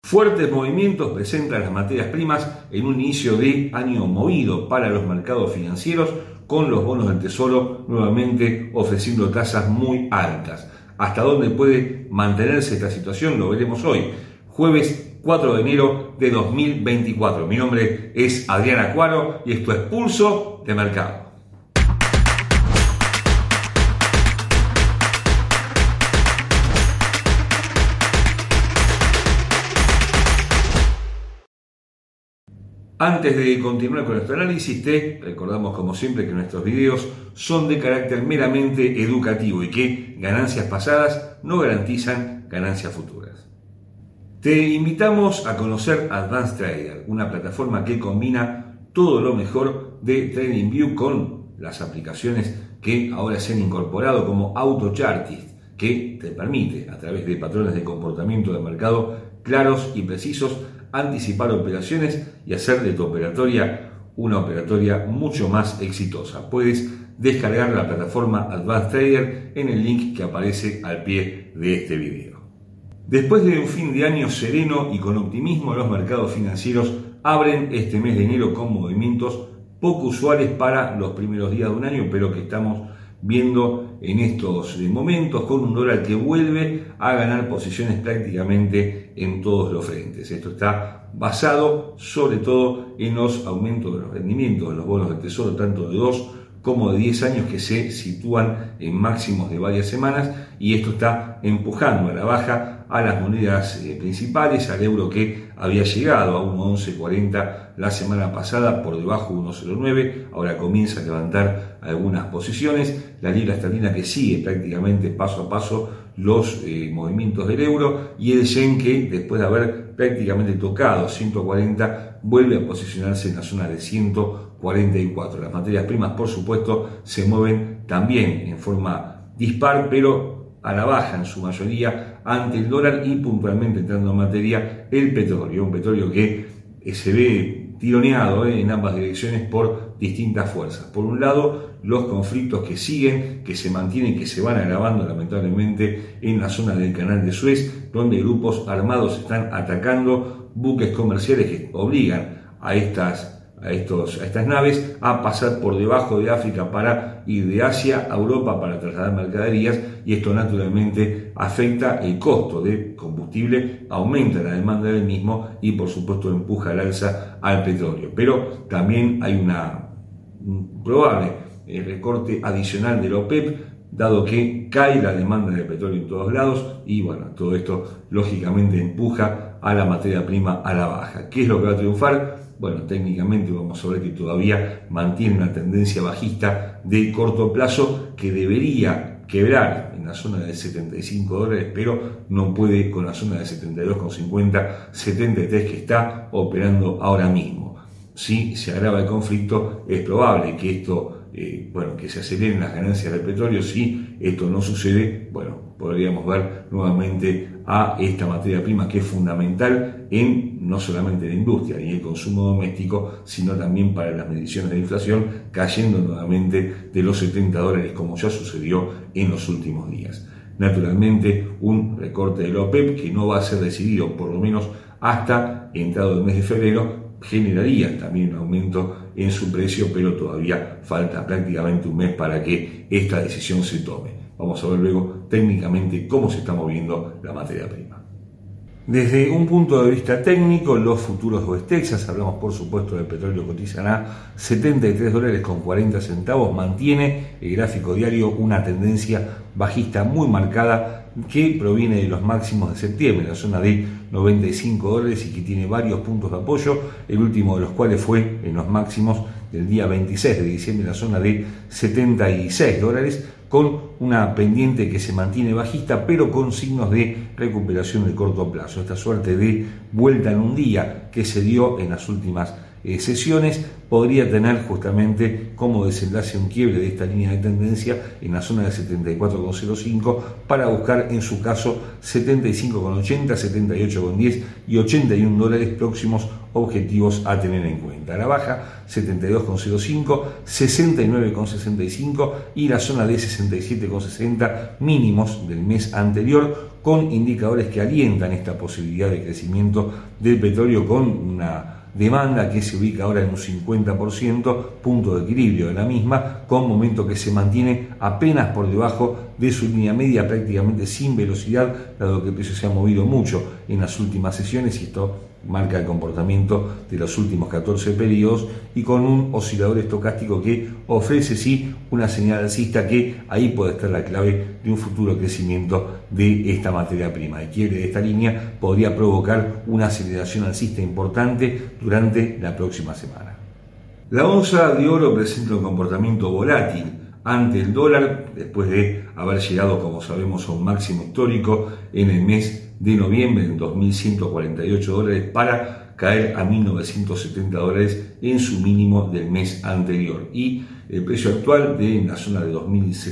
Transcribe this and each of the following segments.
Fuertes movimientos presentan las materias primas en un inicio de año movido para los mercados financieros, con los bonos del Tesoro nuevamente ofreciendo tasas muy altas. ¿Hasta dónde puede mantenerse esta situación? Lo veremos hoy, jueves 4 de enero de 2024. Mi nombre es Adrián Acuaro y esto es Pulso de Mercado. Antes de continuar con nuestro análisis, te recordamos como siempre que nuestros videos son de carácter meramente educativo y que ganancias pasadas no garantizan ganancias futuras. Te invitamos a conocer Advanced Trader, una plataforma que combina todo lo mejor de TradingView con las aplicaciones que ahora se han incorporado como AutoChartist, que te permite, a través de patrones de comportamiento de mercado claros y precisos, anticipar operaciones y hacer de tu operatoria una operatoria mucho más exitosa. Puedes descargar la plataforma Advanced Trader en el link que aparece al pie de este video. Después de un fin de año sereno y con optimismo, los mercados financieros abren este mes de enero con movimientos poco usuales para los primeros días de un año, pero que estamos viendo en estos momentos, con un dólar que vuelve a ganar posiciones prácticamente en todos los frentes. Esto está basado sobre todo en los aumentos de los rendimientos de los bonos del Tesoro, tanto de 2 como de 10 años, que se sitúan en máximos de varias semanas, y esto está empujando a la baja a las monedas principales, al euro que había llegado a 1.1140 la semana pasada, por debajo de 1.09, ahora comienza a levantar algunas posiciones, la libra esterlina que sigue prácticamente paso a paso los movimientos del euro, y el yen que después de haber prácticamente tocado 140 vuelve a posicionarse en la zona de 144. Las materias primas, por supuesto, se mueven también en forma dispar, pero a la baja en su mayoría ante el dólar, y puntualmente entrando en materia el petróleo, un petróleo que se ve tironeado en ambas direcciones por distintas fuerzas. Por un lado, los conflictos que siguen, que se mantienen, que se van agravando lamentablemente en la zona del Canal de Suez, donde grupos armados están atacando buques comerciales que obligan a estas naves a pasar por debajo de África para ir de Asia a Europa para trasladar mercaderías, y esto naturalmente afecta el costo de combustible, aumenta la demanda del mismo y por supuesto empuja al alza al petróleo. Pero también hay un probable recorte adicional de la OPEP, dado que cae la demanda de petróleo en todos lados, y bueno, todo esto lógicamente empuja a la materia prima a la baja. ¿Qué es lo que va a triunfar? Bueno, técnicamente vamos a ver que todavía mantiene una tendencia bajista de corto plazo que debería quebrar en la zona de $75, pero no puede con la zona de 72,50, 73 que está operando ahora mismo. Si se agrava el conflicto, es probable que esto que se aceleren las ganancias del petróleo. Si esto no sucede, bueno, podríamos ver nuevamente a esta materia prima que es fundamental no solamente en la industria y el consumo doméstico, sino también para las mediciones de inflación, cayendo nuevamente de los $70, como ya sucedió en los últimos días. Naturalmente, un recorte de la OPEP que no va a ser decidido por lo menos hasta entrado el mes de febrero, generaría también un aumento en su precio, pero todavía falta prácticamente un mes para que esta decisión se tome. Vamos a ver luego técnicamente cómo se está moviendo la materia prima. Desde un punto de vista técnico, los futuros West Texas, hablamos por supuesto del petróleo, cotizan a $73.40, mantiene el gráfico diario una tendencia bajista muy marcada que proviene de los máximos de septiembre, la zona de $95, y que tiene varios puntos de apoyo, el último de los cuales fue en los máximos del día 26 de diciembre, en la zona de $76, con una pendiente que se mantiene bajista, pero con signos de recuperación de corto plazo. Esta suerte de vuelta en un día que se dio en las últimas sesiones, podría tener justamente como desenlace un quiebre de esta línea de tendencia en la zona de 74,05 para buscar en su caso 75,80, 78,10 y 81 dólares próximos objetivos a tener en cuenta. A la baja 72,05, 69,65 y la zona de 67,60 mínimos del mes anterior, con indicadores que alientan esta posibilidad de crecimiento del petróleo con una demanda que se ubica ahora en un 50%, punto de equilibrio de la misma, con momento que se mantiene apenas por debajo de su línea media, prácticamente sin velocidad, dado que el precio se ha movido mucho en las últimas sesiones, y esto marca el comportamiento de los últimos 14 periodos, y con un oscilador estocástico que ofrece sí una señal alcista, que ahí puede estar la clave de un futuro crecimiento de esta materia prima. El quiebre de esta línea podría provocar una aceleración alcista importante durante la próxima semana. La onza de oro presenta un comportamiento volátil ante el dólar después de haber llegado, como sabemos, a un máximo histórico en el mes de noviembre en 2.148 dólares para caer a 1.970 dólares en su mínimo del mes anterior, y el precio actual en la zona de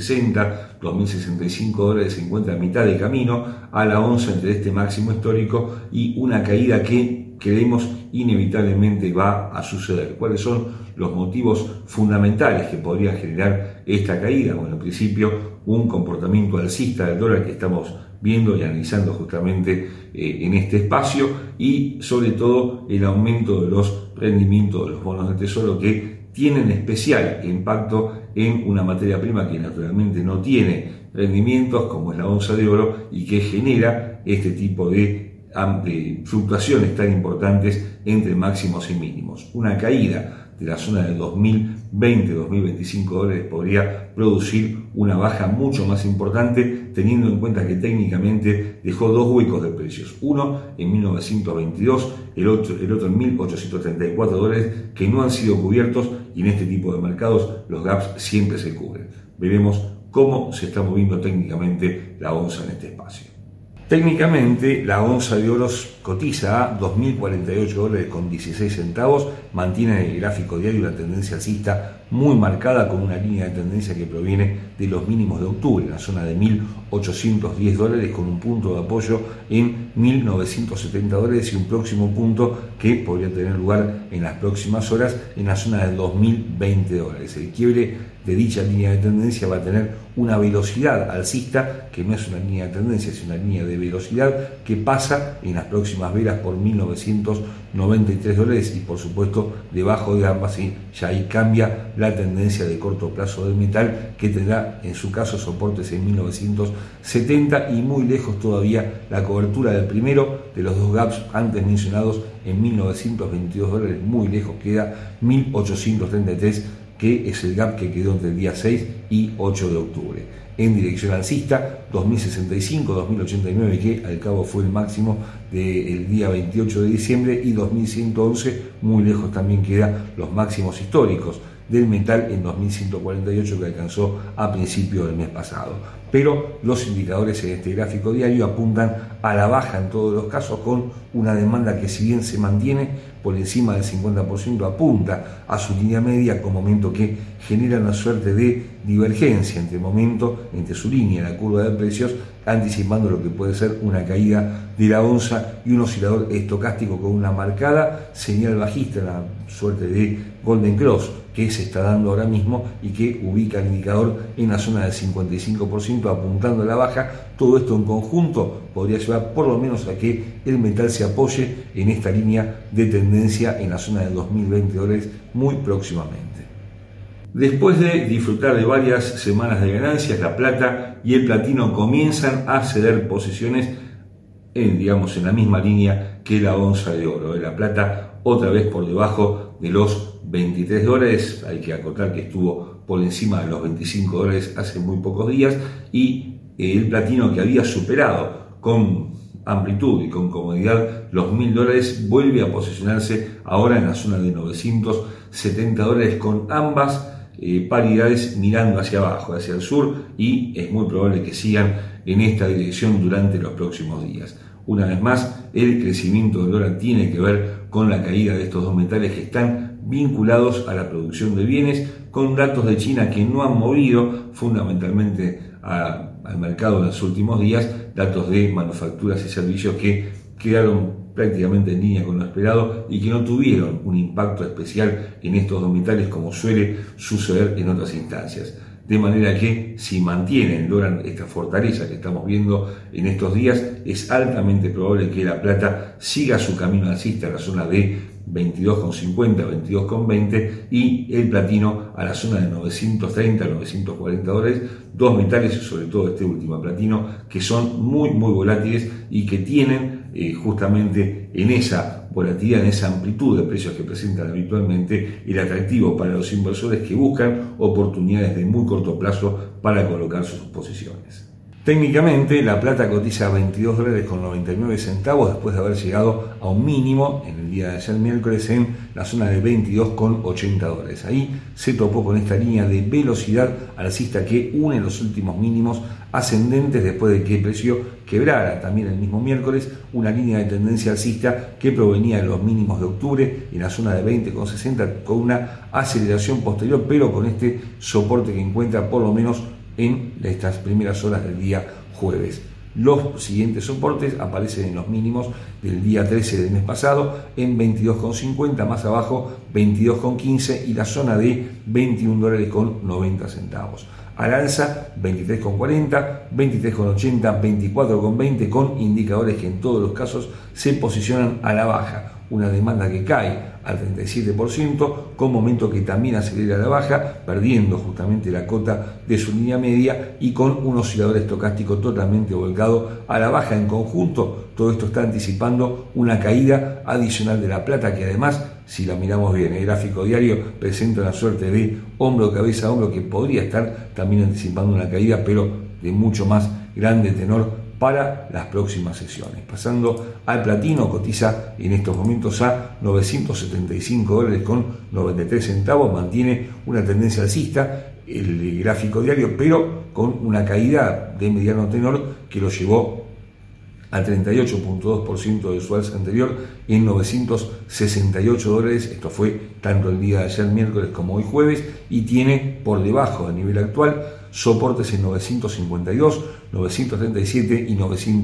2.060, 2.065 dólares se encuentra a mitad de camino a la onza entre este máximo histórico y una caída que creemos inevitablemente va a suceder. ¿Cuáles son los motivos fundamentales que podrían generar esta caída? Bueno, en principio, un comportamiento alcista del dólar que estamos viendo y analizando justamente en este espacio, y sobre todo el aumento de los rendimientos de los bonos de tesoro, que tienen especial impacto en una materia prima que naturalmente no tiene rendimientos como es la onza de oro, y que genera este tipo de fluctuaciones tan importantes entre máximos y mínimos. Una caída de la zona de 2.020-2.025 dólares podría producir una baja mucho más importante, teniendo en cuenta que técnicamente dejó dos huecos de precios, uno en 1922, el otro en 1.834 dólares, que no han sido cubiertos, y en este tipo de mercados los gaps siempre se cubren. Veremos cómo se está moviendo técnicamente la onza en este espacio. Técnicamente, la onza de oro cotiza a 2.048 dólares con 16 centavos, mantiene en el gráfico diario una tendencia alcista muy marcada, con una línea de tendencia que proviene de los mínimos de octubre, en la zona de 1.810 dólares, con un punto de apoyo en 1.970 dólares y un próximo punto que podría tener lugar en las próximas horas en la zona de 2.020 dólares. El quiebre de dicha línea de tendencia va a tener una velocidad alcista que no es una línea de tendencia, es una línea de velocidad que pasa en las próximas velas por 1.993 dólares, y por supuesto debajo de ambas, y ya ahí cambia la tendencia de corto plazo del metal, que tendrá en su caso soportes en 1.970 y muy lejos todavía la cobertura del primero de los dos gaps antes mencionados en 1.922 dólares, muy lejos queda 1.833, que es el gap que quedó entre el día 6 y 8 de octubre. En dirección alcista, 2.065, 2.089, que al cabo fue el máximo del día 28 de diciembre, y 2.111, muy lejos también queda los máximos históricos del metal en 2.148, que alcanzó a principio del mes pasado. Pero los indicadores en este gráfico diario apuntan a la baja en todos los casos, con una demanda que, si bien se mantiene por encima del 50%, apunta a su línea media, con momento que genera una suerte de divergencia entre su línea y la curva de precios, anticipando lo que puede ser una caída de la onza y un oscilador estocástico con una marcada señal bajista, una suerte de Golden Cross que se está dando ahora mismo y que ubica el indicador en la zona del 55%, apuntando a la baja. Todo esto en conjunto podría llevar por lo menos a que el metal se apoye en esta línea de tendencia en la zona de 2.020 dólares muy próximamente. Después de disfrutar de varias semanas de ganancias, la plata y el platino comienzan a ceder posiciones en la misma línea que la onza de oro. La plata otra vez por debajo de los 23 dólares, hay que acotar que estuvo por encima de los 25 dólares hace muy pocos días, y el platino, que había superado con amplitud y con comodidad los 1.000 dólares, vuelve a posicionarse ahora en la zona de 970 dólares, con ambas paridades mirando hacia abajo, hacia el sur, y es muy probable que sigan en esta dirección durante los próximos días. Una vez más, el crecimiento del dólar tiene que ver con la caída de estos dos metales que están vinculados a la producción de bienes, con datos de China que no han movido fundamentalmente al mercado en los últimos días, datos de manufacturas y servicios que quedaron prácticamente en línea con lo esperado y que no tuvieron un impacto especial en estos domitales como suele suceder en otras instancias. De manera que si logran esta fortaleza que estamos viendo en estos días, es altamente probable que la plata siga su camino alcista a la zona de 22,50, 22,20 y el platino a la zona de 930, 940 dólares, dos metales, sobre todo este último, el platino, que son muy volátiles y que tienen justamente en esa volatilidad, en esa amplitud de precios que presentan habitualmente, el atractivo para los inversores que buscan oportunidades de muy corto plazo para colocar sus posiciones. Técnicamente, la plata cotiza a 22 dólares con 99 centavos después de haber llegado a un mínimo en el día de ayer miércoles en la zona de 22,80 dólares. Ahí se topó con esta línea de velocidad alcista que une los últimos mínimos ascendentes después de que el precio quebrara también el mismo miércoles una línea de tendencia alcista que provenía de los mínimos de octubre en la zona de 20,60 con una aceleración posterior, pero con este soporte que encuentra por lo menos en estas primeras horas del día jueves. Los siguientes soportes aparecen en los mínimos del día 13 del mes pasado en 22,50, más abajo 22,15 y la zona de 21 dólares con 90 centavos. Al alza 23,40, 23,80, 24,20 con indicadores que en todos los casos se posicionan a la baja. Una demanda que cae al 37%, con momento que también acelera a la baja, perdiendo justamente la cota de su línea media y con un oscilador estocástico totalmente volcado a la baja. En conjunto, todo esto está anticipando una caída adicional de la plata que además, si la miramos bien, el gráfico diario presenta una suerte de hombro, cabeza, hombro que podría estar también anticipando una caída, pero de mucho más grande tenor para las próximas sesiones. Pasando al platino, cotiza en estos momentos a 975 dólares con 93 centavos, mantiene una tendencia alcista el gráfico diario, pero con una caída de mediano tenor que lo llevó al 38,2% de su alza anterior en 968 dólares. Esto fue tanto el día de ayer miércoles como hoy jueves y tiene por debajo del nivel actual soportes en 952, 937 y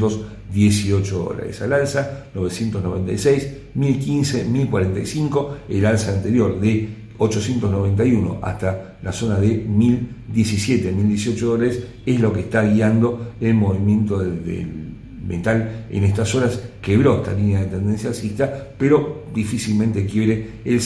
918 dólares. Al alza 996, 1015, 1045, el alza anterior de 891 hasta la zona de 1017, 1018 dólares es lo que está guiando el movimiento del metal en estas horas. Quebró esta línea de tendencia alcista, pero difícilmente quiebre el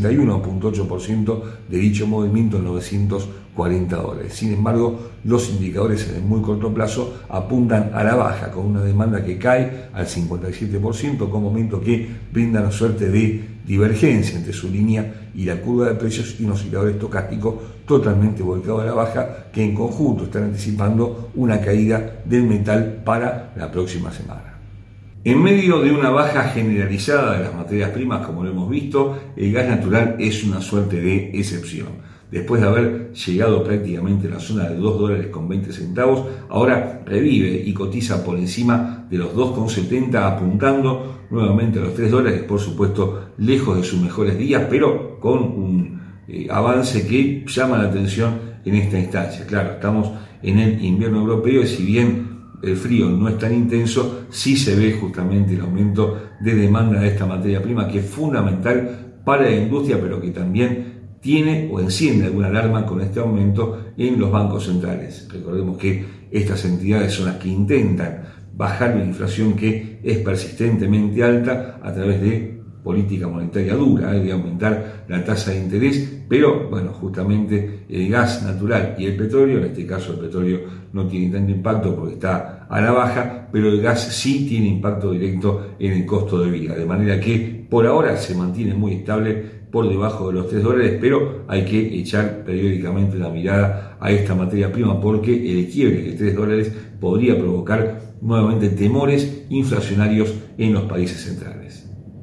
61,8% de dicho movimiento en 940 dólares. Sin embargo, los indicadores en el muy corto plazo apuntan a la baja, con una demanda que cae al 57%, con momento que brinda una suerte de divergencia entre su línea y la curva de precios y un oscilador estocástico totalmente volcado a la baja, que en conjunto están anticipando una caída del metal para la próxima semana. En medio de una baja generalizada de las materias primas, como lo hemos visto, el gas natural es una suerte de excepción. Después de haber llegado prácticamente a la zona de 2 dólares con 20 centavos, ahora revive y cotiza por encima de los 2,70, apuntando nuevamente a los 3 dólares, por supuesto lejos de sus mejores días, pero con un avance que llama la atención en esta instancia. Claro, estamos en el invierno europeo y si bien el frío no es tan intenso, sí se ve justamente el aumento de demanda de esta materia prima que es fundamental para la industria, pero que también tiene o enciende alguna alarma con este aumento en los bancos centrales. Recordemos que estas entidades son las que intentan bajar la inflación que es persistentemente alta a través de política monetaria dura, de aumentar la tasa de interés, pero bueno, justamente el gas natural y el petróleo, en este caso el petróleo no tiene tanto impacto porque está a la baja, pero el gas sí tiene impacto directo en el costo de vida, de manera que por ahora se mantiene muy estable por debajo de los 3 dólares, pero hay que echar periódicamente una mirada a esta materia prima porque el quiebre de 3 dólares podría provocar nuevamente temores inflacionarios en los países centrales.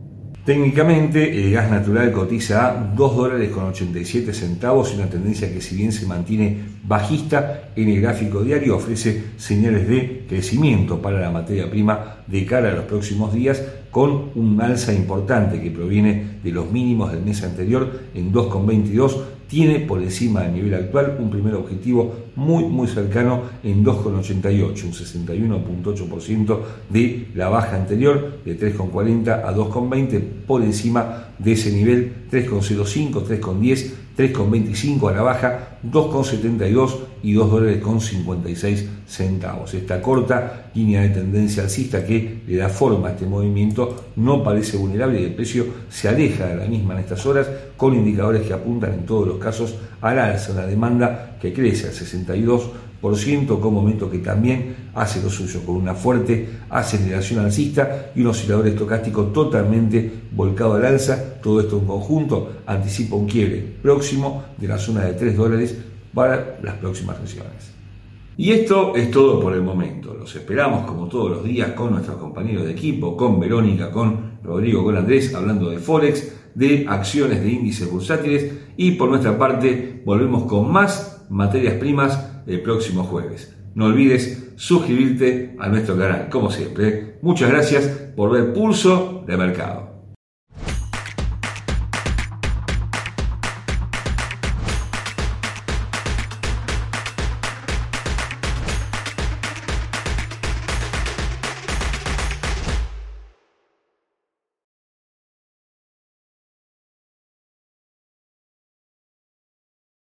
Técnicamente, el gas natural cotiza a $2.87 y una tendencia que, si bien se mantiene bajista en el gráfico diario, ofrece señales de crecimiento para la materia prima de cara a los próximos días, con un alza importante que proviene de los mínimos del mes anterior en 2,22. Tiene por encima del nivel actual un primer objetivo muy cercano en 2,88, un 61,8% de la baja anterior, de 3,40 a 2,20, por encima de ese nivel 3,05, 3,10, 3,25 a la baja, 2,72 y $2.56. Esta corta línea de tendencia alcista que le da forma a este movimiento no parece vulnerable y el precio se aleja de la misma en estas horas, con indicadores que apuntan en todos los casos al alza, una demanda que crece al 62%, con momento que también hace lo suyo, con una fuerte aceleración alcista y un oscilador estocástico totalmente volcado al alza. Todo esto en conjunto anticipa un quiebre próximo de la zona de $3 para las próximas sesiones. Y esto es todo por el momento. Los esperamos como todos los días con nuestros compañeros de equipo, con Verónica, con Rodrigo, con Andrés, hablando de Forex, de acciones de índices bursátiles, y por nuestra parte volvemos con más materias primas el próximo jueves. No olvides suscribirte a nuestro canal, como siempre. Muchas gracias por ver Pulso de Mercado.